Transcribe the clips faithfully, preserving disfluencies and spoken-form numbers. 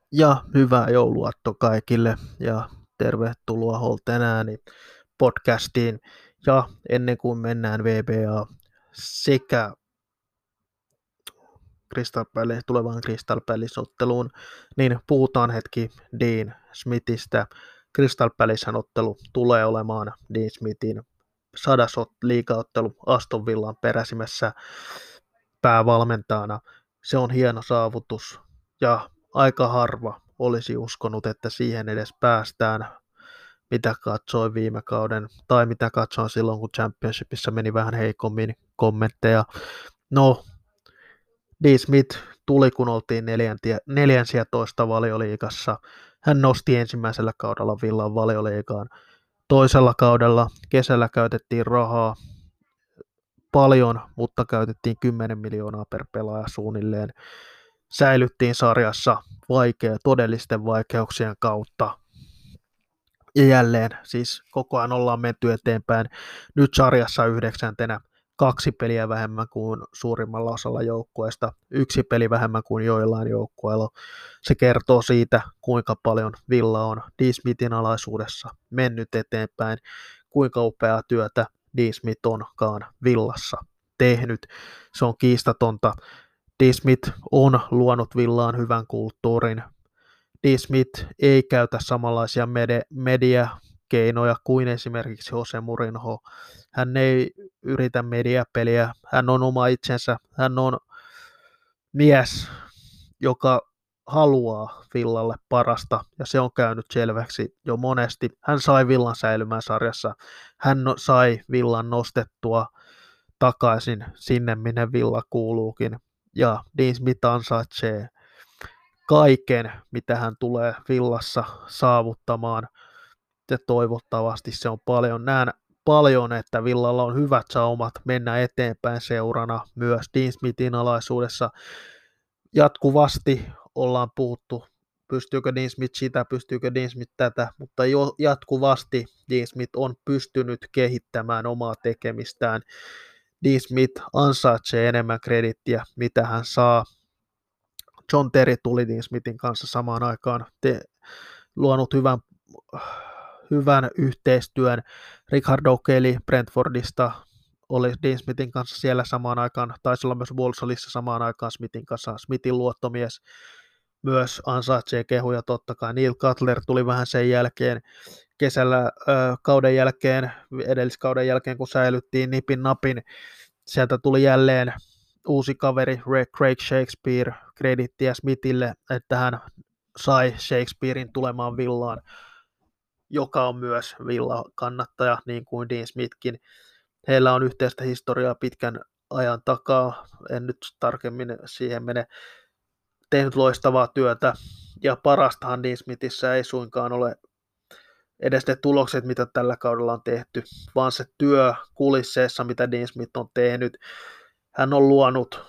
Ja hyvää jouluaatto kaikille ja tervetuloa Holten ääni podcastiin. Ja ennen kuin mennään V B A sekä Crystal Palace, tulevaan Crystal Palace-otteluun, niin puhutaan hetki Dean Smithistä. Crystal Palace-ottelu tulee olemaan Dean Smithin sadas liigaottelu Aston Villan peräsimessä päävalmentajana. Se on hieno saavutus ja aika harva olisi uskonut, että siihen edes päästään, mitä katsoin viime kauden, tai mitä katsoin silloin, kun Championshipissa meni vähän heikommin kommentteja. No, D. Smith tuli, kun oltiin neljänsiä toista valioliigassa. Hän nosti ensimmäisellä kaudella Villan valioliigaan. Toisella kaudella kesällä käytettiin rahaa paljon, mutta käytettiin kymmenen miljoonaa per pelaaja suunnilleen. Säilyttiin sarjassa vaikea, todellisten vaikeuksien kautta. Ja jälleen, siis koko ajan ollaan menty eteenpäin. Nyt sarjassa yhdeksäntenä, kaksi peliä vähemmän kuin suurimmalla osalla joukkueista, yksi peli vähemmän kuin joillain joukkueilla. Se kertoo siitä, kuinka paljon Villa on D. Smithin alaisuudessa mennyt eteenpäin, kuinka upeaa työtä D. Smith onkaan Villassa tehnyt. Se on kiistatonta. D. Smith on luonut Villaan hyvän kulttuurin. D. Smith ei käytä samanlaisia mede- mediakeinoja kuin esimerkiksi Jose Mourinho. Hän ei yritä mediapeliä, hän on oma itsensä, hän on mies, joka haluaa Villalle parasta, ja se on käynyt selväksi jo monesti. Hän sai Villan säilymään sarjassa, hän no- sai Villan nostettua takaisin sinne, minne Villa kuuluukin, ja Dean Smith ansaitsee kaiken, mitä hän tulee Villassa saavuttamaan, ja toivottavasti se on paljon. Näen paljon, että Villalla on hyvät saumat mennä eteenpäin seurana myös Dean Smithin alaisuudessa. Jatkuvasti ollaan puhuttu, pystyykö Dean Smith sitä, pystyykö Dean Smith tätä, mutta jo jatkuvasti Dean Smith on pystynyt kehittämään omaa tekemistään. Dean Smith ansaitsee enemmän kredittiä, mitä hän saa. John Terry tuli Dean Smithin kanssa samaan aikaan, te, luonut hyvän, hyvän yhteistyön. Ricardo Kelly Brentfordista oli Dean Smithin kanssa siellä samaan aikaan, taisi olla myös Walsallissa samaan aikaan Smithin kanssa. Smithin luottomies myös ansaitsee kehuja totta kai. Neil Cutler tuli vähän sen jälkeen, kesällä äh, kauden jälkeen, edelliskauden jälkeen, kun säilyttiin nipin napin. Sieltä tuli jälleen uusi kaveri, Craig Shakespeare, kredittiä Smithille, että hän sai Shakespearein tulemaan Villaan, joka on myös Villa-kannattaja, niin kuin Dean Smithkin. Heillä on yhteistä historiaa pitkän ajan takaa, en nyt tarkemmin siihen mene, tehnyt loistavaa työtä, ja parastahan Dean Smithissä ei suinkaan ole edes ne tulokset, mitä tällä kaudella on tehty, vaan se työ kulisseissa, mitä Dean Smith on tehnyt. Hän on luonut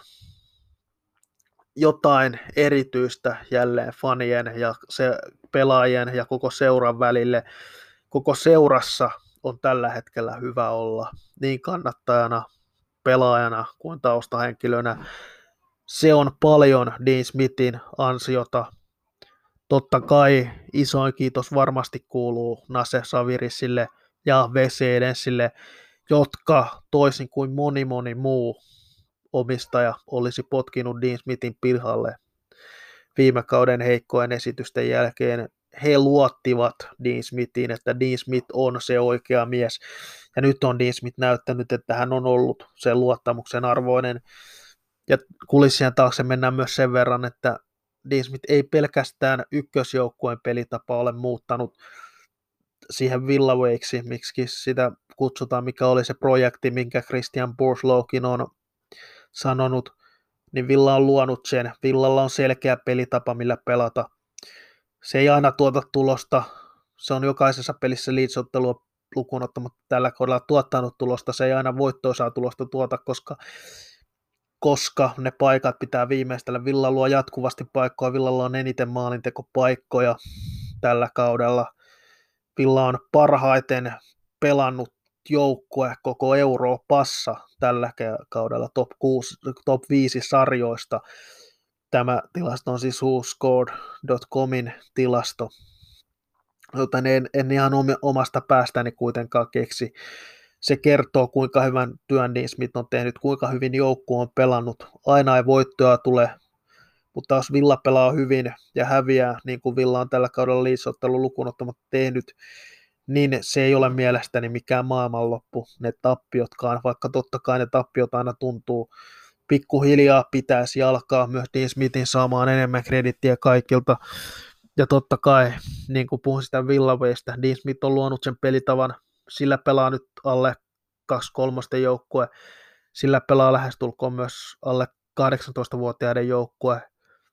jotain erityistä jälleen fanien ja se pelaajien ja koko seuran välille. Koko seurassa on tällä hetkellä hyvä olla niin kannattajana, pelaajana kuin taustahenkilönä. Se on paljon Dean Smithin ansiota. Totta kai isoin kiitos varmasti kuuluu Nacer Savirisille ja Wes Edensille, jotka toisin kuin moni moni muu omistaja olisi potkinut Dean Smithin pihalle viime kauden heikkojen esitysten jälkeen. He luottivat Dean Smithiin, että Dean Smith on se oikea mies. Ja nyt on Dean Smith näyttänyt, että hän on ollut sen luottamuksen arvoinen. Ja kulissien taakse mennään myös sen verran, että Dean Smith ei pelkästään ykkösjoukkueen pelitapa ole muuttanut siihen Villawakeksi, miksi sitä kutsutaan, mikä oli se projekti, minkä Christian Borslowkin on sanonut, niin Villa on luonut sen. Villalla on selkeä pelitapa, millä pelata. Se ei aina tuota tulosta. Se on jokaisessa pelissä Leeds-ottelua lukuun ottamatta tällä kaudella tuottanut tulosta. Se ei aina voittoisaa tulosta tuota, koska, koska ne paikat pitää viimeistellä. Villa luo jatkuvasti paikkoja. Villalla on eniten maalintekopaikkoja tällä kaudella. Villa on parhaiten pelannut joukkue koko Euroopassa tällä kaudella top, kuusi, top viisi sarjoista. Tämä tilasto on siis who scored dot comin tilasto, joten en, en ihan omasta päästäni kuitenkaan keksi. Se kertoo, kuinka hyvän työn Dean Smith on tehnyt, kuinka hyvin joukkue on pelannut. Aina ei voittoa tule, mutta jos Villa pelaa hyvin ja häviää, niin kuin Villa on tällä kaudella liisottelun lukuun ottamatta tehnyt, niin se ei ole mielestäni mikään maailmanloppu, ne tappiotkaan, vaikka totta kai ne tappiot aina tuntuu. Pikkuhiljaa pitäisi alkaa myös Dean Smithin saamaan enemmän kredittiä kaikilta. Ja totta kai, niin kuin puhun sitä Villaveistä, Dean Smith on luonut sen pelitavan, sillä pelaa nyt alle kaksi kolmosten joukkue, sillä pelaa lähestulkoon myös alle kahdeksantoistavuotiaiden joukkue,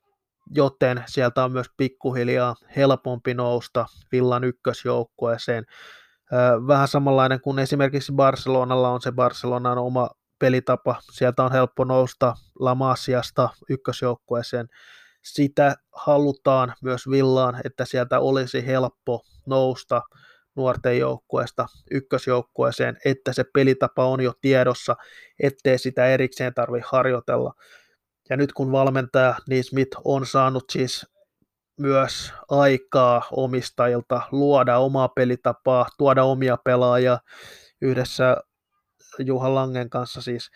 joten sieltä on myös pikkuhiljaa helpompi nousta Villan ykkösjoukkueeseen. Vähän samanlainen kuin esimerkiksi Barcelonalla on se Barcelonan oma pelitapa, sieltä on helppo nousta La Masiasta ykkösjoukkueeseen. Sitä halutaan myös Villaan, että sieltä olisi helppo nousta nuorten joukkueesta ykkösjoukkueeseen, että se pelitapa on jo tiedossa, ettei sitä erikseen tarvitse harjoitella. Ja nyt kun valmentaja Dean Smith on saanut siis myös aikaa omistajilta luoda omaa pelitapaa, tuoda omia pelaajia yhdessä Juha Langen kanssa siis,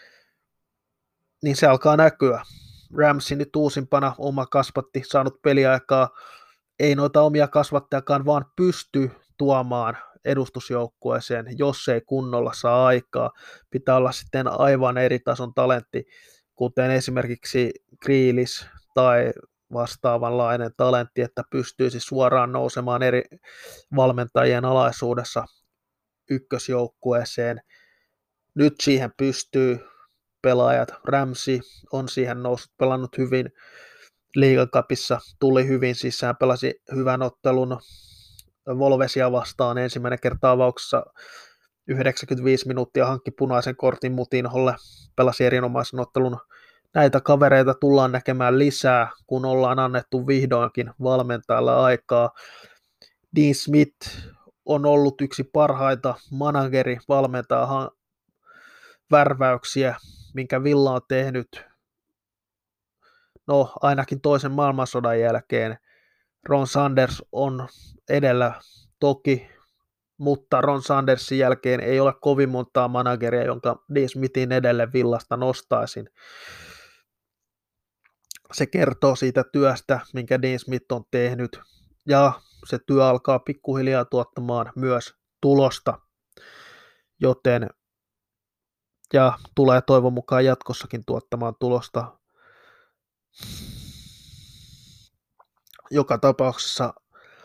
niin se alkaa näkyä. Ramsey nyt uusimpana oma kasvatti, saanut peliaikaa, ei noita omia kasvattajakaan vaan pysty tuomaan edustusjoukkueeseen, jos ei kunnolla saa aikaa. Pitää olla sitten aivan eri tason talentti, kuten esimerkiksi Grealish tai vastaavanlainen talentti, että pystyisi suoraan nousemaan eri valmentajien alaisuudessa ykkösjoukkueeseen. Nyt siihen pystyy pelaajat. Ramsey on siihen noussut, pelannut hyvin Liigan cupissa, tuli hyvin sisään, pelasi hyvän ottelun Wolvesia vastaan ensimmäinen kerta avauksessa yhdeksänkymmentäviisi minuuttia, hankki punaisen kortin Moutinholle, pelasi erinomaisen ottelun. Näitä kavereita tullaan näkemään lisää, kun ollaan annettu vihdoinkin valmentajalle aikaa. Dean Smith on ollut yksi parhaita manageri valmentaja värväyksiä, minkä Villa on tehnyt, no ainakin toisen maailmansodan jälkeen. Ron Sanders on edellä toki, mutta Ron Sandersin jälkeen ei ole kovin montaa manageria, jonka Dean Smithin edelle Villasta nostaisin. Se kertoo siitä työstä, minkä Dean Smith on tehnyt, ja se työ alkaa pikkuhiljaa tuottamaan myös tulosta, joten ja tulee toivon mukaan jatkossakin tuottamaan tulosta. Joka tapauksessa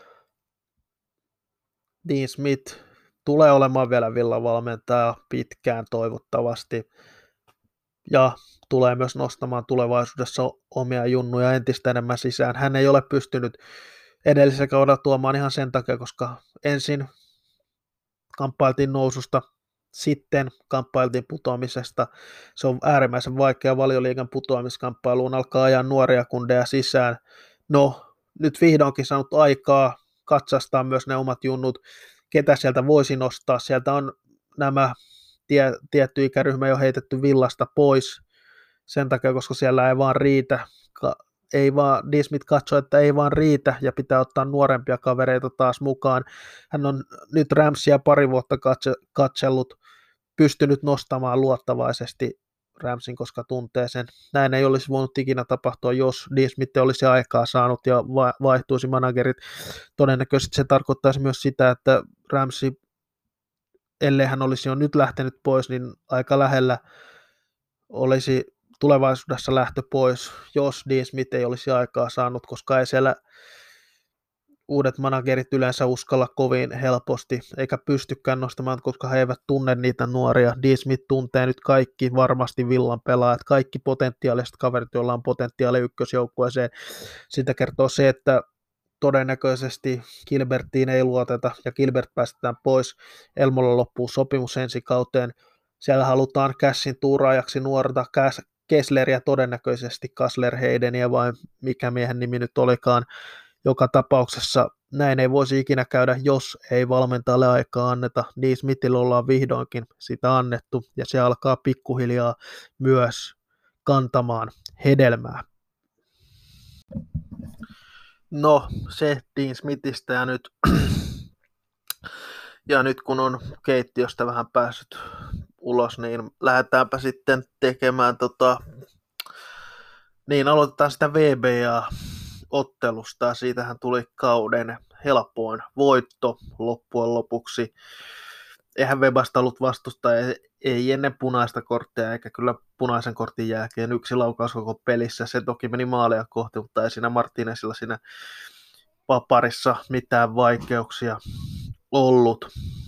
Dean Smith tulee olemaan vielä Villan valmentaja pitkään toivottavasti, ja tulee myös nostamaan tulevaisuudessa omia junnuja entistä enemmän sisään. Hän ei ole pystynyt edellisellä kaudella tuomaan ihan sen takia, koska ensin kamppailtiin noususta, sitten kamppailtiin putoamisesta. Se on äärimmäisen vaikea Valioliigan putoamiskamppailuun, alkaa ajaa nuoria kundeja sisään. No, nyt vihdoinkin saanut aikaa katsastaa myös ne omat junnut, ketä sieltä voisi nostaa. Sieltä on nämä tie, tietty ikäryhmä jo heitetty Villasta pois sen takia, koska siellä ei vaan riitä. Ei vaan, Dean Smith katsoi, että ei vaan riitä ja pitää ottaa nuorempia kavereita taas mukaan. Hän on nyt Ramseyä pari vuotta katse, katsellut, pystynyt nostamaan luottavaisesti Ramseyn, koska tuntee sen. Näin ei olisi voinut ikinä tapahtua, jos Dean Smith olisi aikaa saanut ja vaihtuisi managerit. Todennäköisesti se tarkoittaisi myös sitä, että Ramsey, ellei hän olisi jo nyt lähtenyt pois, niin aika lähellä olisi tulevaisuudessa lähtö pois, jos Dean Smith ei olisi aikaa saanut, koska ei siellä uudet managerit yleensä uskalla kovin helposti, eikä pystykään nostamaan, koska he eivät tunne niitä nuoria. Dean Smith tuntee nyt kaikki varmasti Villan pelaajat, kaikki potentiaaliset kaverit, joilla on potentiaali ykkösjoukkueeseen. Sitä kertoo se, että todennäköisesti Gilbertiin ei luoteta, ja Gilbert päästetään pois. Elmolla loppuu sopimus ensi kauteen. Siellä halutaan Cashin tuuraajaksi nuorta Kessleriä, todennäköisesti Kassler Heideniä, vai mikä miehen nimi nyt olikaan. Joka tapauksessa näin ei voisi ikinä käydä, jos ei valmentajalle aikaa anneta. Dean Smithille ollaan vihdoinkin sitä annettu, ja se alkaa pikkuhiljaa myös kantamaan hedelmää. No, se Dean Smithistä ja nyt, ja nyt kun on keittiöstä vähän päässyt ulos, niin lähdetäänpä sitten tekemään tota, niin aloitetaan sitä V B A-ottelusta. Siitähän tuli kauden helpoin voitto loppujen lopuksi. Eihän Webasta ollut vastusta, ei, ei ennen punaista korttia, eikä kyllä punaisen kortin jälkeen yksi laukaus koko pelissä. Se toki meni maalia kohti, mutta ei siinä Martinezilla siinä paparissa mitään vaikeuksia ollut.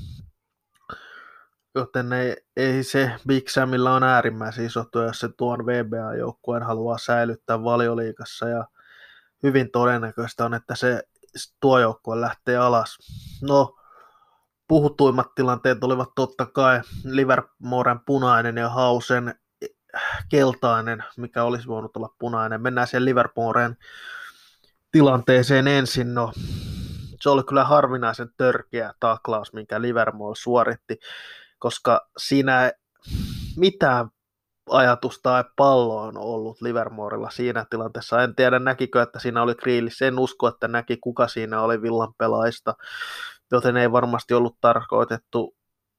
Joten ei, ei se Big Samilla on äärimmäisen iso työ, jos se tuon V B A-joukkueen haluaa säilyttää Valioliigassa. Ja hyvin todennäköistä on, että se tuo joukkue lähtee alas. No, puhutuimmat tilanteet olivat totta kai Livermoren punainen ja Hausen keltainen, mikä olisi voinut olla punainen. Mennään siihen Livermoren tilanteeseen ensin. No, se oli kyllä harvinaisen törkeä taklaus, minkä Livermore suoritti, koska siinä mitään ajatusta tai pallo on ollut Livermorella siinä tilanteessa. En tiedä näkikö, että siinä oli Grealish. En usko, että näki kuka siinä oli villan pelaajista, joten ei varmasti ollut tarkoitettu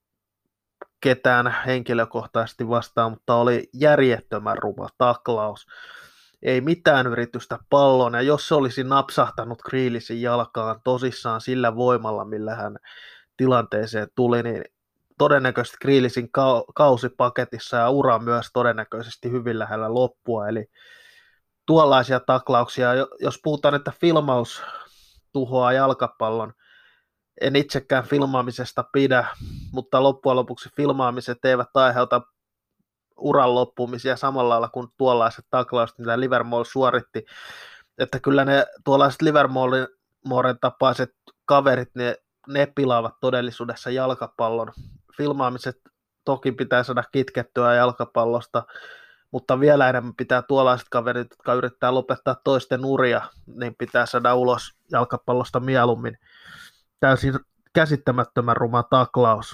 ketään henkilökohtaisesti vastaan, mutta oli järjettömän ruma taklaus. Ei mitään yritystä palloon, ja jos se olisi napsahtanut Grealishin jalkaan tosissaan sillä voimalla, millä hän tilanteeseen tuli, niin todennäköisesti Grealishin kausi paketissa ja ura myös todennäköisesti hyvin lähellä loppua, eli tuollaisia taklauksia, jos puhutaan, että filmaus tuhoaa jalkapallon, en itsekään filmaamisesta pidä, mutta loppujen lopuksi filmaamiset eivät aiheuta uran loppumisia samalla lailla kuin tuollaiset taklaukset, mitä Livermore suoritti, että kyllä ne tuollaiset Livermoren tapaiset kaverit, ne, ne pilaavat todellisuudessa jalkapallon. Filmaamiset toki pitää saada kitkettyä jalkapallosta, mutta vielä enemmän pitää tuollaiset kaverit, jotka yrittää lopettaa toisten uria, niin pitää saada ulos jalkapallosta mieluummin. Täysin käsittämättömän ruma taklaus.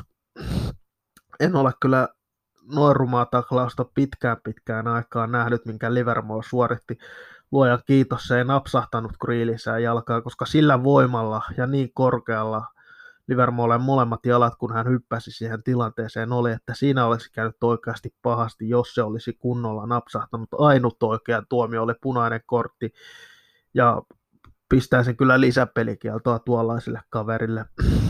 En ole kyllä noin rumaa taklausta pitkään pitkään aikaan nähnyt, minkä Livermore suoritti. Luojan kiitos, se ei napsahtanut Grealishään jalkaan, koska sillä voimalla ja niin korkealla Livermoren molemmat jalat, kun hän hyppäsi siihen tilanteeseen, oli, että siinä olisi käynyt oikeasti pahasti, jos se olisi kunnolla napsahtanut. Ainut oikea tuomio oli punainen kortti, ja pistäisin kyllä lisäpelikieltoa tuollaiselle kaverille.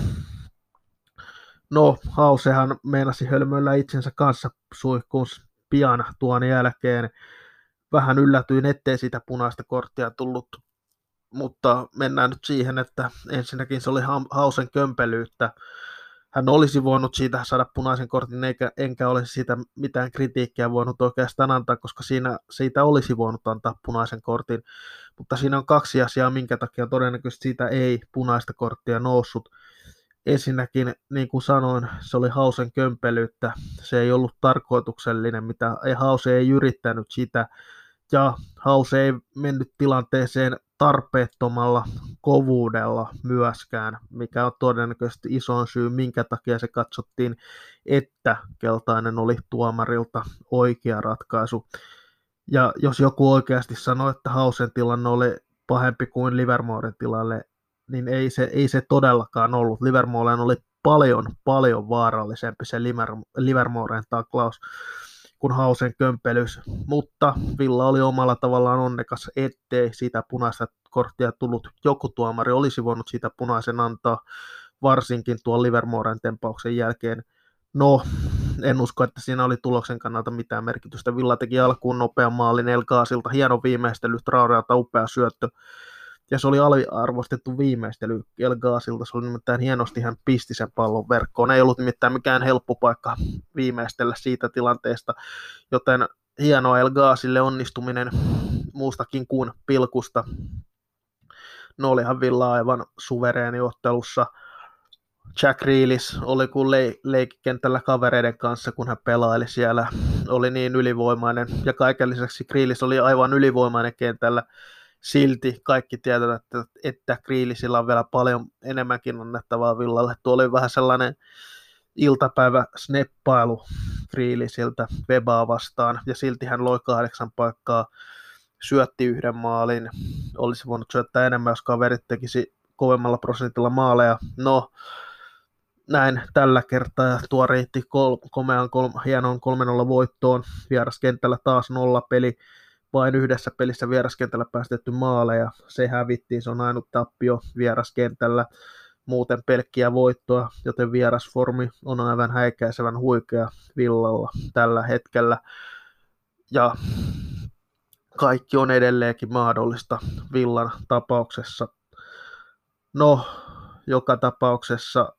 No, Hausehan meinasi hölmöillä itsensä kanssa suihkuun pian tuon jälkeen. Vähän yllätyin, ettei sitä punaista korttia tullut, mutta mennään nyt siihen, että ensinnäkin se oli Hausen kömpelyyttä. Hän olisi voinut siitä saada punaisen kortin, eikä, enkä olisi siitä mitään kritiikkiä voinut oikeastaan antaa, koska siinä, siitä olisi voinut antaa punaisen kortin. Mutta siinä on kaksi asiaa, minkä takia todennäköisesti siitä ei punaista korttia noussut. Ensinnäkin, niin kuin sanoin, se oli Hausen kömpelyyttä. Se ei ollut tarkoituksellinen, mitä ei, Hause ei yrittänyt sitä. Ja Hause ei mennyt tilanteeseen tarpeettomalla kovuudella myöskään, mikä on todennäköisesti isoin syy, minkä takia se katsottiin, että keltainen oli tuomarilta oikea ratkaisu. Ja jos joku oikeasti sanoi, että Hausen tilanne oli pahempi kuin Livermoren tilanne, niin ei se, ei se todellakaan ollut. Livermoren oli paljon, paljon vaarallisempi se Livermoren taklaus kuin Hausen kömpelys, mutta Villa oli omalla tavallaan onnekas, ettei sitä punaista korttia tullut. Joku tuomari olisi voinut sitä punaisen antaa, varsinkin tuon Livermoren tempauksen jälkeen. No, en usko, että siinä oli tuloksen kannalta mitään merkitystä. Villa teki alkuun nopean maalin El Ghaziilta, hieno viimeistely, Traorealta upea syöttö. Ja se oli aliarvostettu viimeistely El Ghazilta, se oli nimittäin hienosti, hän pisti sen pallon verkkoon. Ei ollut nimittäin mikään helppo paikka viimeistellä siitä tilanteesta, joten hieno El Ghazille onnistuminen muustakin kuin pilkusta. No olihan Villa aivan suvereeni ottelussa. Jack Grealish oli kuin le- leikkikentällä kavereiden kanssa, kun hän pelaili siellä, oli niin ylivoimainen. Ja kaiken lisäksi Grealish oli aivan ylivoimainen kentällä. Silti kaikki tietävät, että, että Grealishilla on vielä paljon enemmänkin annettavaa Villalle. Tuo oli vähän sellainen iltapäivä sneppailu Grealishiltä Webaa vastaan, ja silti hän loi kahdeksan paikkaa syötti yhden maalin, olisi voinut syöttää enemmän, jos kaverit tekisi kovemmalla prosentilla maaleja. No, näin tällä kertaa tuo reitti kol- komean kol- hienoon kolme nolla voittoon. Vieraskentällä taas nollapeli, vain yhdessä pelissä vieraskentällä päästetty maaleja. Se hävittiin, se on ainut tappio vieraskentällä. Muuten pelkkiä voittoa, joten vierasformi on aivan häikäisevän huikea Villalla tällä hetkellä. Ja kaikki on edelleenkin mahdollista Villan tapauksessa. No, joka tapauksessa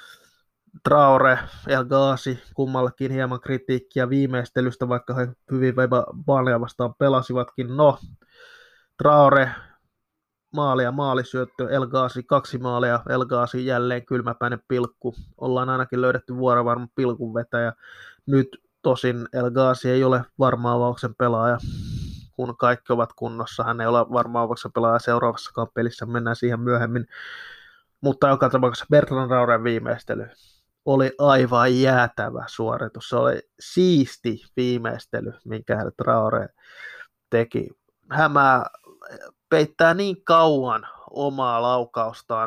Traore ja Ghazi, kummallakin hieman kritiikkiä viimeistelystä, vaikka he hyvin Burnleya vastaan pelasivatkin. No, Traore maali ja maalisyöttö, El Ghazi kaksi maalia, El Ghazi jälleen kylmäpäinen pilkku. Ollaan ainakin löydetty vuorovarma pilkunvetäjä. Nyt tosin El Ghazi ei ole varma avauksen pelaaja, kun kaikki ovat kunnossa. Hän ei ole varma avauksen pelaaja seuraavassakaan pelissä, mennään siihen myöhemmin. Mutta joka tapauksessa Bertrand Traoren viimeistely oli aivan jäätävä suoritus. Se oli siisti viimeistely, minkä Traore teki. Hämää peittää niin kauan omaa laukaustaan,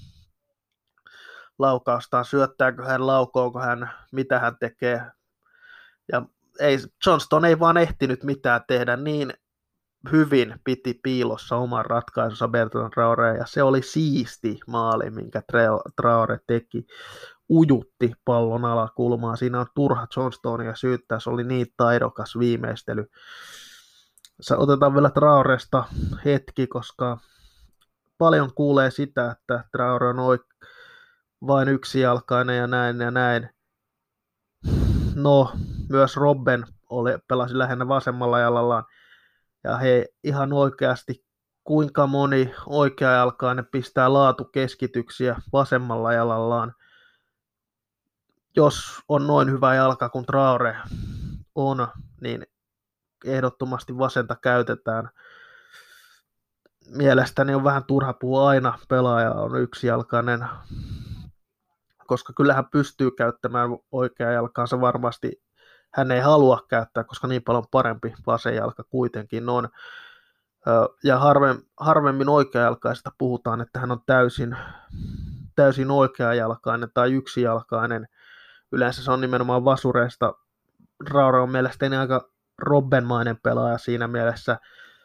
laukaustaan, syöttääkö hän, laukooko hän, mitä hän tekee. Ja ei, Johnston ei vaan ehtinyt mitään tehdä, niin hyvin piti piilossa oman ratkaisunsa Bertrand Traoreen, ja se oli siisti maali, minkä Traore teki. Ujutti pallon alakulmaa. Siinä on turha Johnstonia syyttää, se oli niin taidokas viimeistely. Otetaan vielä Traoresta hetki, koska paljon kuulee sitä, että Traore on oik- vain yksijalkainen ja näin ja näin. No, myös Robben oli, pelasi lähinnä vasemmalla jalallaan. Ja he ihan oikeasti, kuinka moni oikeajalkainen pistää laatukeskityksiä vasemmalla jalallaan. Jos on noin hyvä jalka kuin Traore on, niin ehdottomasti vasenta käytetään. Mielestäni on vähän turha puhua aina, pelaaja on yksijalkainen, koska kyllä hän pystyy käyttämään oikeaa jalkaansa varmasti. Hän ei halua käyttää, koska niin paljon parempi vasen jalka kuitenkin on. Ja harvemmin oikeajalkaisesta puhutaan, että hän on täysin, täysin oikeajalkainen tai yksijalkainen. Yleensä se on nimenomaan vasureista. Traore on mielestäni aika Robbenmainen pelaaja siinä mielessä,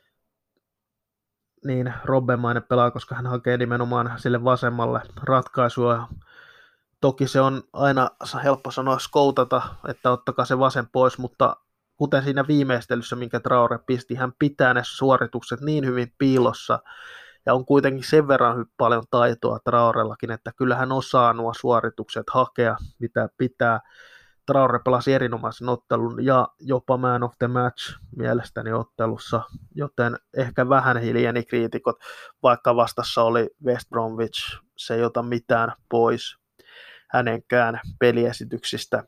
niin Robbenmainen pelaaja, koska hän hakee nimenomaan sille vasemmalle ratkaisua. Toki se on aina helppo sanoa skoutata, että ottakaa se vasen pois, mutta kuten siinä viimeistelyssä, minkä Traore pisti, hän pitää ne suoritukset niin hyvin piilossa, ja on kuitenkin sen verran paljon taitoa Traorellakin, että kyllä hän osaa nuo suoritukset hakea, mitä pitää. Traore pelasi erinomaisen ottelun ja jopa man of the match mielestäni ottelussa, joten ehkä vähän hiljeni kriitikot, vaikka vastassa oli West Bromwich, se ei ota mitään pois hänenkään peliesityksistä.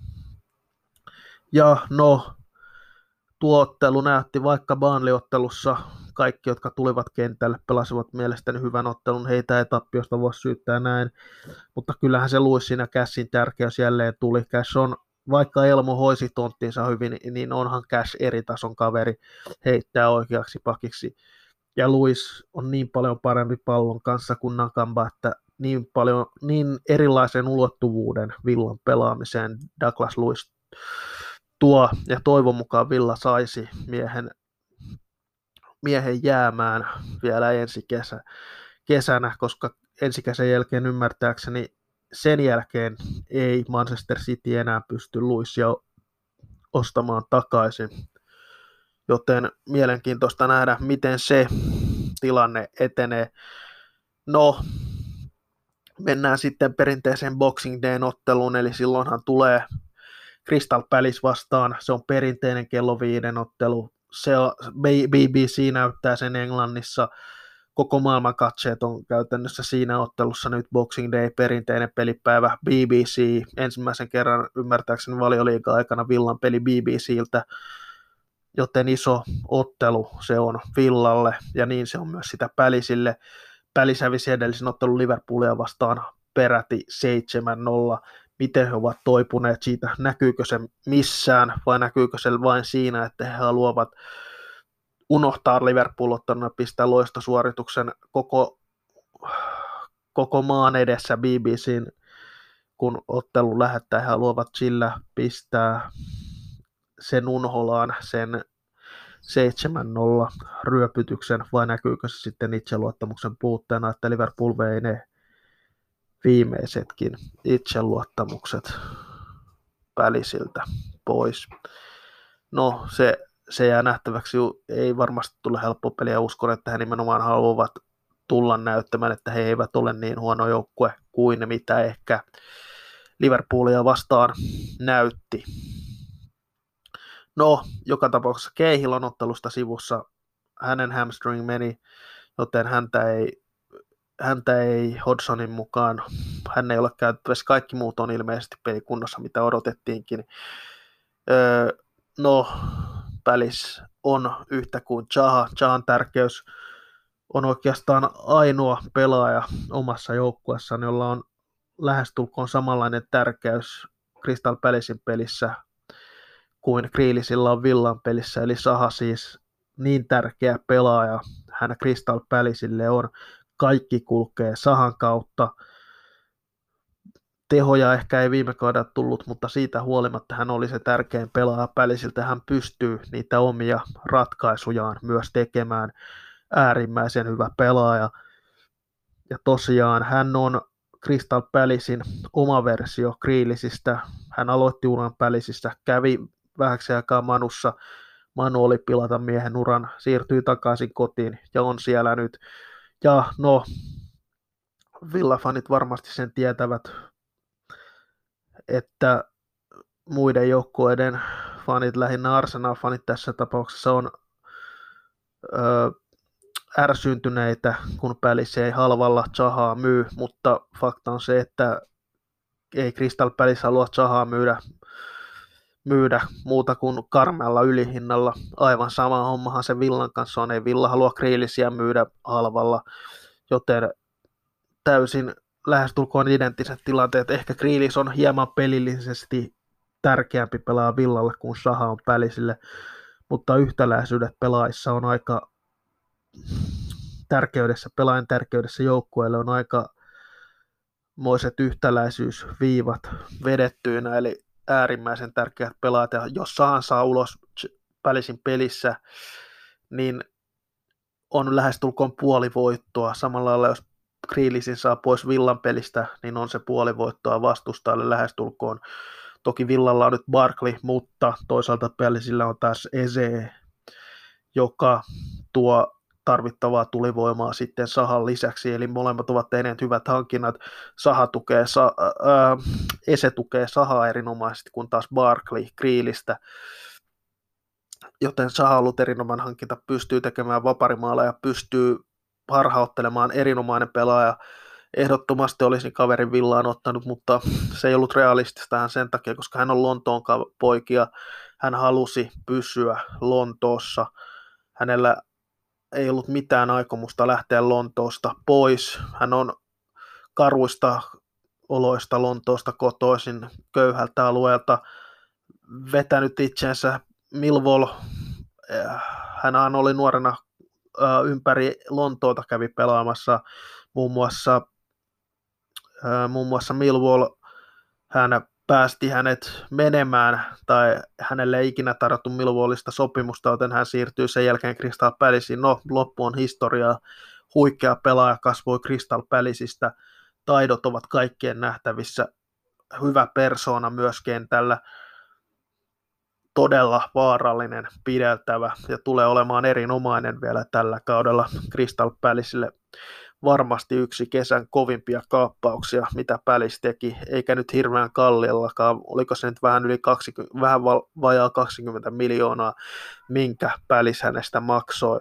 Ja no, tuo ottelu näytti, vaikka Burnley-ottelussa kaikki, jotka tulivat kentälle, pelasivat mielestäni hyvän ottelun, heitä ei tappiosta voi syyttää näin, mutta kyllähän se luisi siinä Cashin tärkeys jälleen tuli. Cash on, vaikka Elmo hoisi tonttinsa hyvin, niin onhan Cash eri tason kaveri, heittää oikeaksi pakiksi, ja Luis on niin paljon parempi pallon kanssa kuin Nakamba, että niin paljon, niin erilaisen ulottuvuuden Villan pelaamiseen Douglas Luiz tuo, ja toivon mukaan Villa saisi miehen, miehen jäämään vielä ensi kesä, kesänä, koska ensi kesän jälkeen ymmärtääkseni sen jälkeen ei Manchester City enää pysty Luizia ostamaan takaisin, joten mielenkiintoista nähdä, miten se tilanne etenee. No, mennään sitten perinteiseen Boxing Dayn otteluun, eli silloinhan tulee Crystal Palace vastaan, se on perinteinen kello viiden ottelu, se on, B B C näyttää sen Englannissa, koko maailman katseet on käytännössä siinä ottelussa nyt Boxing Day, perinteinen pelipäivä, B B C, ensimmäisen kerran ymmärtääkseni Valioliigan aikana Villan peli B B C:ltä, joten iso ottelu se on Villalle, ja niin se on myös sitä Palaceille. Palace hävisi edellisen ottelun Liverpoolia vastaan peräti seitsemän nolla. Miten he ovat toipuneet siitä, näkyykö se missään vai näkyykö se vain siinä, että he haluavat unohtaa Liverpool ottanut ja pistää loistosuorituksen koko, koko maan edessä B B C:n, kun ottelu lähettää, he haluavat sillä pistää sen unholaan sen seitsemän nolla ryöpytyksen, vai näkyykö se sitten itseluottamuksen puutteena, että Liverpool vei ne viimeisetkin itseluottamukset Pälisiltä pois. No se, se jää nähtäväksi, ei varmasti tule helppo peli ja uskon, että he nimenomaan haluavat tulla näyttämään, että he eivät ole niin huono joukkue kuin mitä ehkä Liverpoolia vastaan näytti. No, joka tapauksessa Cahill on ottelusta sivussa, hänen hamstring meni, joten häntä ei, häntä ei Hodgsonin mukaan, hän ei ole käytettävissä, kaikki muut on ilmeisesti pelikunnossa, mitä odotettiinkin. Öö, no, Pälis on yhtä kuin Zaha, Zahan tärkeys on oikeastaan ainoa pelaaja omassa joukkueessaan, jolla on lähestulkoon samanlainen tärkeys Crystal Palacen pelissä kuin Grealishilla on Villan pelissä, eli Zaha siis niin tärkeä pelaaja, hän Crystal Palacelle on, kaikki kulkee Zahan kautta, tehoja ehkä ei viime kaudella tullut, mutta siitä huolimatta hän oli se tärkein pelaaja Palacilta, hän pystyy niitä omia ratkaisujaan myös tekemään, äärimmäisen hyvä pelaaja, ja tosiaan hän on Crystal Palacen oma versio Grealishistä, hän aloitti uran Palacissa, kävi vähäksi aikaa Manussa, Manu oli pilata miehen uran, siirtyi takaisin kotiin ja on siellä nyt. Ja no, Villa-fanit varmasti sen tietävät, että muiden joukkueiden fanit, lähinnä Arsenal-fanit tässä tapauksessa on ö, ärsyntyneitä, kun Palace ei halvalla Zahaa myy, mutta fakta on se, että ei Crystal Palace halua Zahaa myydä myydä muuta kuin karmealla ylihinnalla. Aivan sama hommahan se Villan kanssa on, ei Villa halua Grealishia myydä halvalla, joten täysin lähestulkoon identtiset tilanteet. Ehkä Grealish on hieman pelillisesti tärkeämpi pelaa Villalle kuin Zaha on Palacelle, mutta yhtäläisyydet pelaajissa on aika tärkeydessä, pelaajan tärkeydessä joukkueelle on aika moiset yhtäläisyysviivat vedettyinä, eli äärimmäisen tärkeät pelaajat, ja jos Zahan saa ulos Palacen pelissä, niin on lähestulkoon puoli voittoa. Samalla lailla, jos Grealishin saa pois Villan pelistä, niin on se puoli voittoa vastustajalle lähestulkoon. Toki Villalla on nyt Barkley, mutta toisaalta Palacella on taas Eze, joka tuo tarvittavaa tulivoimaa sitten Zahan lisäksi, eli molemmat ovat tehneet hyvät hankinnat. Zaha tukee, sa, ää, Eze tukee Zahaa erinomaisesti, kun taas Barkley Grealishistä, joten Zaha on ollut erinomainen hankinta, pystyy tekemään vaparimaalla ja pystyy harhauttelemaan, erinomainen pelaaja. Ehdottomasti olisin kaverin Villaan ottanut, mutta se ei ollut realistista hän sen takia, koska hän on Lontoon poikia, hän halusi pysyä Lontoossa, hänellä ei ollut mitään aikomusta lähteä Lontoosta pois. Hän on karuista oloista Lontoosta kotoisin, köyhältä alueelta, vetänyt itsensä Millwall. Hän oli nuorena ympäri Lontoota, kävi pelaamassa muun muassa, muun muassa Millwall. Hän päästi hänet menemään, tai hänelle ei ikinä tarjottu Millwallista sopimusta, joten hän siirtyy sen jälkeen Crystal Palaceen. No, loppu on historiaa. Huikea pelaaja kasvoi Crystal Palacesta. Taidot ovat kaikkien nähtävissä. Hyvä persoona myös kentällä. Todella vaarallinen, pideltävä ja tulee olemaan erinomainen vielä tällä kaudella Crystal Palacelle. Varmasti yksi kesän kovimpia kaappauksia, mitä Palace teki, eikä nyt hirveän kalliillakaan, oliko se nyt vähän yli kaksikymmentä, vähän vajaa kaksikymmentä miljoonaa, minkä Palace hänestä maksoi.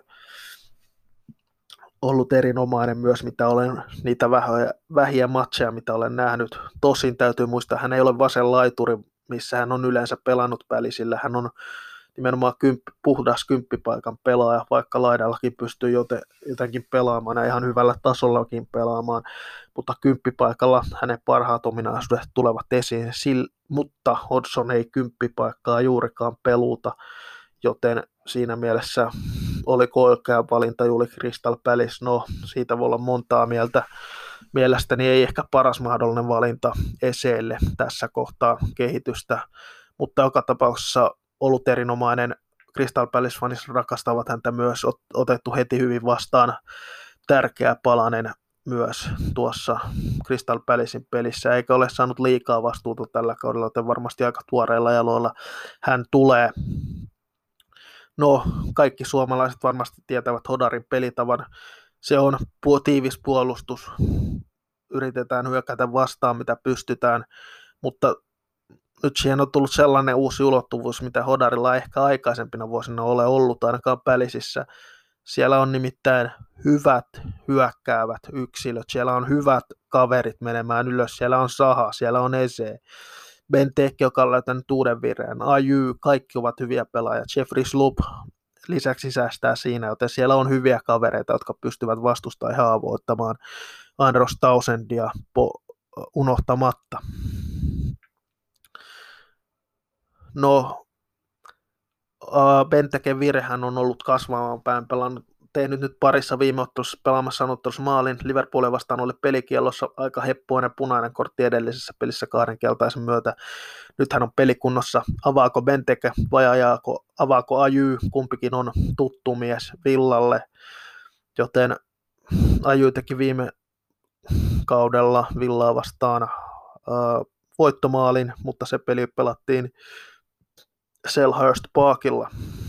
Ollut erinomainen myös, mitä olen, niitä vähiä, vähiä matcheja, mitä olen nähnyt. Tosin täytyy muistaa, hän ei ole vasen laituri, missä hän on yleensä pelannut Palacella. Hän on nimenomaan kymppi, puhdas kymppipaikan pelaaja, vaikka laidallakin pystyy joten, jotenkin pelaamaan ja ihan hyvällä tasollakin pelaamaan, mutta kymppipaikalla hänen parhaat ominaisuudet tulevat esiin, Sil, mutta Hodgson ei kymppipaikkaa juurikaan peluuta, joten siinä mielessä oliko oikea valinta Juli Crystal Palace? No, siitä voi olla montaa mieltä. Mielestäni ei ehkä paras mahdollinen valinta Eseelle tässä kohtaa kehitystä, mutta joka tapauksessa ollut erinomainen. Crystal Palace-fanit rakastavat häntä myös, otettu heti hyvin vastaan. Tärkeä palanen myös tuossa Crystal Palacein pelissä, eikä ole saanut liikaa vastuuta tällä kaudella, joten varmasti aika tuoreilla jaloilla hän tulee. No, kaikki suomalaiset varmasti tietävät Hodarin pelitavan. Se on tiivis puolustus. Yritetään hyökätä vastaan, mitä pystytään, mutta nyt siihen on tullut sellainen uusi ulottuvuus, mitä Hodarilla ei ehkä aikaisempina vuosina ole ollut ainakaan Pälisissä. Siellä on nimittäin hyvät hyökkäävät yksilöt, siellä on hyvät kaverit menemään ylös, siellä on Saha, siellä on Eze, Benteke, joka on löytänyt uuden vireen, Aju, kaikki ovat hyviä pelaajia, Jeffrey Sloop lisäksi säästää siinä, joten siellä on hyviä kavereita, jotka pystyvät vastustamaan ja haavoittamaan Andros Townsondia po- unohtamatta. No, Benteken virehän on ollut kasvamaan päin, pelannut, tehnyt nyt parissa viime ottelussa pelaamassa ottelussa maalin. Liverpoolia vastaan oli pelikielossa aika heppoinen punainen kortti edellisessä pelissä kahden keltaisen myötä. Nyt hän on pelikunnossa. Avaako Benteke vai ajaako, avaako Aju? Kumpikin on tuttu mies Villalle, joten Aju teki viime kaudella Villaa vastaan äh, voittomaalin, mutta se peli pelattiin Selhurst Parkilla.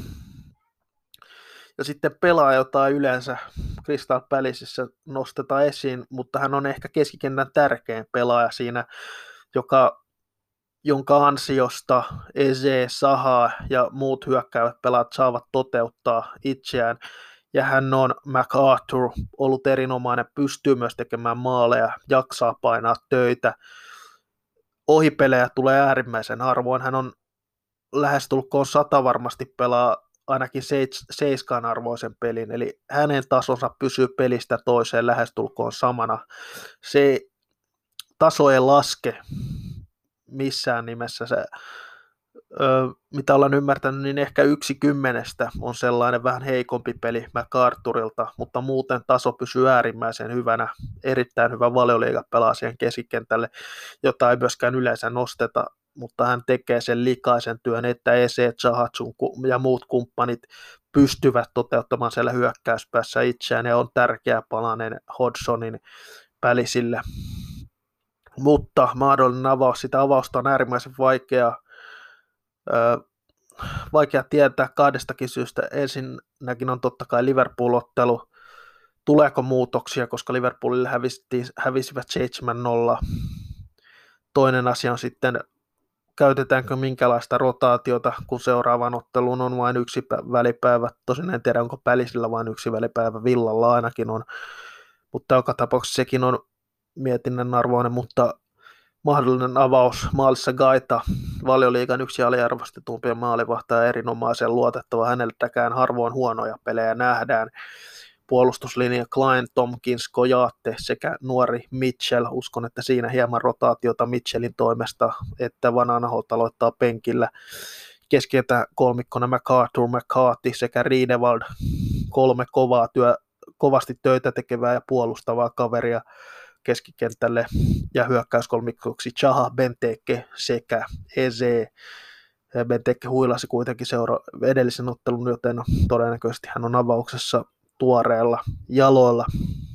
Ja sitten pelaaja, jota yleensä Crystal Palaceissa nostetaan esiin, mutta hän on ehkä keskikentän tärkein pelaaja siinä, joka, jonka ansiosta Eze, Saha ja muut hyökkäävät pelaajat saavat toteuttaa itseään. Ja hän on MacArthur, ollut erinomainen, pystyy myös tekemään maaleja, jaksaa painaa töitä. Ohipelejä tulee äärimmäisen harvoin. Hän on lähestulkoon sata varmasti pelaa ainakin seiskan arvoisen pelin, eli hänen tasonsa pysyy pelistä toiseen lähestulkoon samana. Se taso ei laske missään nimessä. Se, ö, mitä olen ymmärtänyt, niin ehkä yksi kymmenestä on sellainen vähän heikompi peli MacArthurilta, mutta muuten taso pysyy äärimmäisen hyvänä. Erittäin hyvä Valioliiga pelaa siihen keskikentälle, jota ei myöskään yleensä nosteta, mutta hän tekee sen likaisen työn, että Eze, Zahatsun ja muut kumppanit pystyvät toteuttamaan siellä hyökkäyspäässä itseään ja on tärkeä palanen Hodgsonin Palaceille. Mutta mahdollinen avaus, sitä avausta on äärimmäisen vaikea, öö, vaikea tietää kahdestakin syystä. Ensinnäkin on totta kai Liverpool-ottelu. Tuleeko muutoksia, koska Liverpoolille hävisivät seitsemän nolla. Toinen asia on sitten, käytetäänkö minkälaista rotaatiota, kun seuraavan otteluun on vain yksi välipäivä. Tosin en tiedä, onko Pällisillä vain yksi välipäivä, Villalla ainakin on. Mutta joka tapauksessa sekin on mietinnän arvoinen, mutta mahdollinen avaus maalissa Gaita, Valioliigan yksi aliarvostetumpia maalivahtaa, erinomaisen luotettava, häneltäkään harvoin huonoja pelejä nähdään. Puolustuslinja Klein, Tomkins, Kojaatte sekä nuori Mitchell. Uskon, että siinä hieman rotaatiota Mitchellin toimesta, että Vananaholt aloittaa penkillä. Keskiytä kolmikkona MacArthur, McCarthy sekä Riedewald. Kolme kovaa työ, kovasti töitä tekevää ja puolustavaa kaveria keskikentälle ja hyökkäyskolmikkoksi Zaha, Benteke sekä Eze. Benteke huilasi kuitenkin seura- edellisen ottelun, joten todennäköisesti hän on avauksessa tuoreella jaloilla.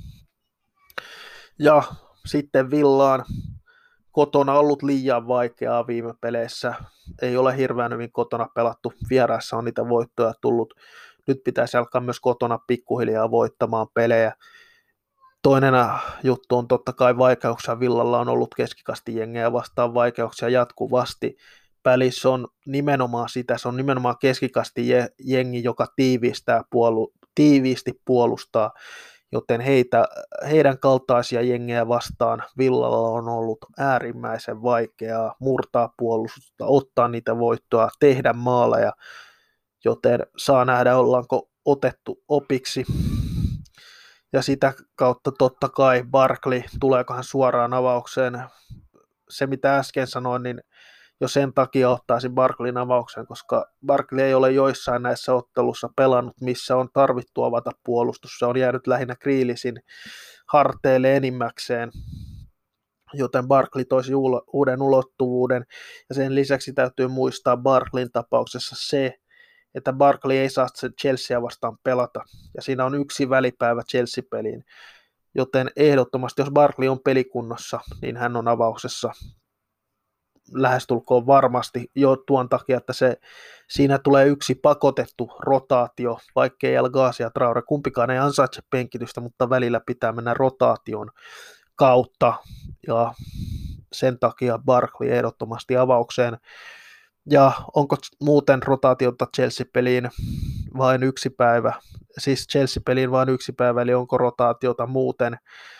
Ja sitten Villaan kotona ollut liian vaikeaa viime peleissä. Ei ole hirveän hyvin kotona pelattu. Vieraissa on niitä voittoja tullut. Nyt pitäisi alkaa myös kotona pikkuhiljaa voittamaan pelejä. Toinen juttu on totta kai vaikeuksia. Villalla on ollut keskikastijengejä vastaan vaikeuksia jatkuvasti. Palace on nimenomaan sitä, se on nimenomaan keskikastijengi, joka tiivistää puolu, tiiviisti puolustaa, joten heitä, heidän kaltaisia jengejä vastaan Villalla on ollut äärimmäisen vaikeaa murtaa puolustusta, ottaa niitä voittoa, tehdä maaleja, joten saa nähdä, ollaanko otettu opiksi. Ja sitä kautta totta kai Barkley, tuleeko hän suoraan avaukseen. Se mitä äsken sanoin, niin jo sen takia ottaisin Barkleyn avauksen, koska Barkley ei ole joissain näissä ottelussa pelannut, missä on tarvittu avata puolustus. Se on jäänyt lähinnä Grealishin harteille enimmäkseen, joten Barkley toisi uuden ulottuvuuden. Ja sen lisäksi täytyy muistaa Barkleyn tapauksessa se, että Barkley ei saa Chelsea vastaan pelata. Ja siinä on yksi välipäivä Chelsea-peliin. Joten ehdottomasti, jos Barkley on pelikunnossa, niin hän on avauksessa lähestulkoon varmasti jo tuon takia, että se, siinä tulee yksi pakotettu rotaatio, vaikkei El Ghazi ja Traore kumpikaan ei ansaitse penkitystä, mutta välillä pitää mennä rotaation kautta, ja sen takia Barkley ehdottomasti avaukseen. Ja onko muuten rotaatiota Chelsea-peliin vain yksi päivä, siis Chelsea-peliin vain yksi päivä, eli onko rotaatiota muuten,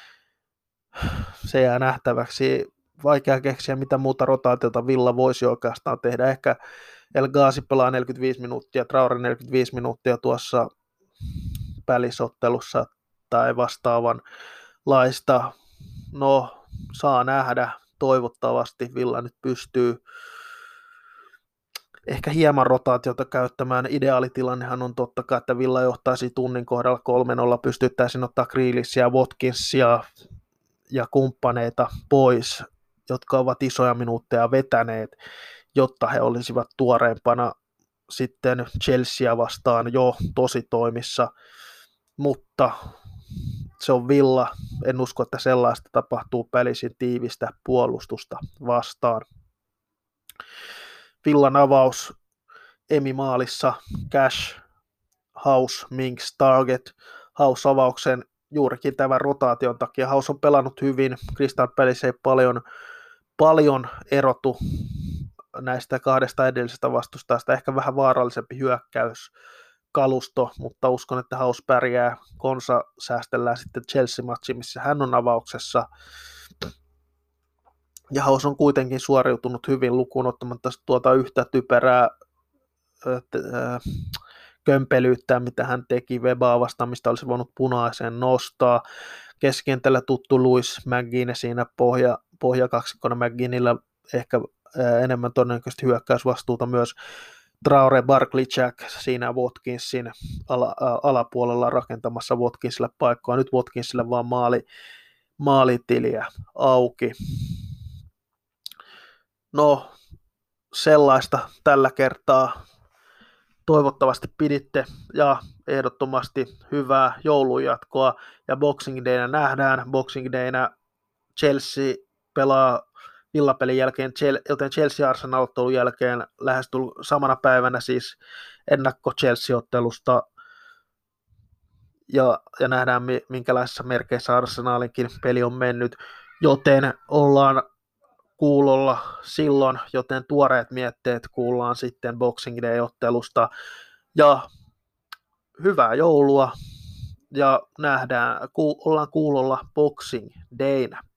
se jää nähtäväksi. Vaikea keksiä, mitä muuta rotaatiota Villa voisi oikeastaan tehdä. Ehkä El Ghazi pelaa neljäkymmentäviisi minuuttia, Traore neljäkymmentäviisi minuuttia tuossa välisottelussa tai vastaavanlaista. No, saa nähdä. Toivottavasti Villa nyt pystyy ehkä hieman rotaatiota käyttämään. Ideaalitilannehan on totta kai, että Villa johtaisi tunnin kohdalla kolme nolla, pystyttäisiin ottaa Grealishia, Watkinsia ja kumppaneita pois, jotka ovat isoja minuutteja vetäneet, jotta he olisivat tuoreempana sitten Chelsea vastaan jo tosi toimissa, mutta se on Villa, en usko, että sellaista tapahtuu Pälisin tiivistä puolustusta vastaan. Villan avaus Emi maalissa, Cash, House, Minks, Target, House avauksen juurikin tämän rotaation takia. House on pelannut hyvin, Crystal Palace ei paljon, paljon erotu näistä kahdesta edellisestä vastustajasta, ehkä vähän vaarallisempi hyökkäyskalusto, mutta uskon, että House pärjää. Konsa säästellään sitten Chelsea-matsi, missä hän on avauksessa. Ja House on kuitenkin suoriutunut hyvin lukuun ottamatta tuota yhtä typerää kömpelyyttä, mitä hän teki Webaa vastaan, mistä olisi voinut punaiseen nostaa. Keskikentällä tuttu Louis McGinn siinä pohja, pohjakaksikkona McGinnillä ehkä enemmän todennäköisesti hyökkäysvastuuta myös. Traore, Barkley, Jack siinä Watkinsin ala, alapuolella rakentamassa Watkinsille paikkaa. Nyt Watkinsille vaan maali, maalitiliä auki. No, sellaista tällä kertaa. Toivottavasti piditte ja ehdottomasti hyvää joulunjatkoa ja Boxing Daynä nähdään. Boxing Daynä Chelsea pelaa Villa-pelin jälkeen, joten Chelsea-Arsenal-ottelun jälkeen lähestyy samana päivänä siis ennakko Chelsea-ottelusta ja, ja nähdään minkälaisissa merkeissä Arsenalinkin peli on mennyt, joten ollaan kuulolla silloin, joten tuoreet mietteet kuullaan sitten Boxing Day-ottelusta ja hyvää joulua ja nähdään, ku, ollaan kuulolla Boxing Daynä.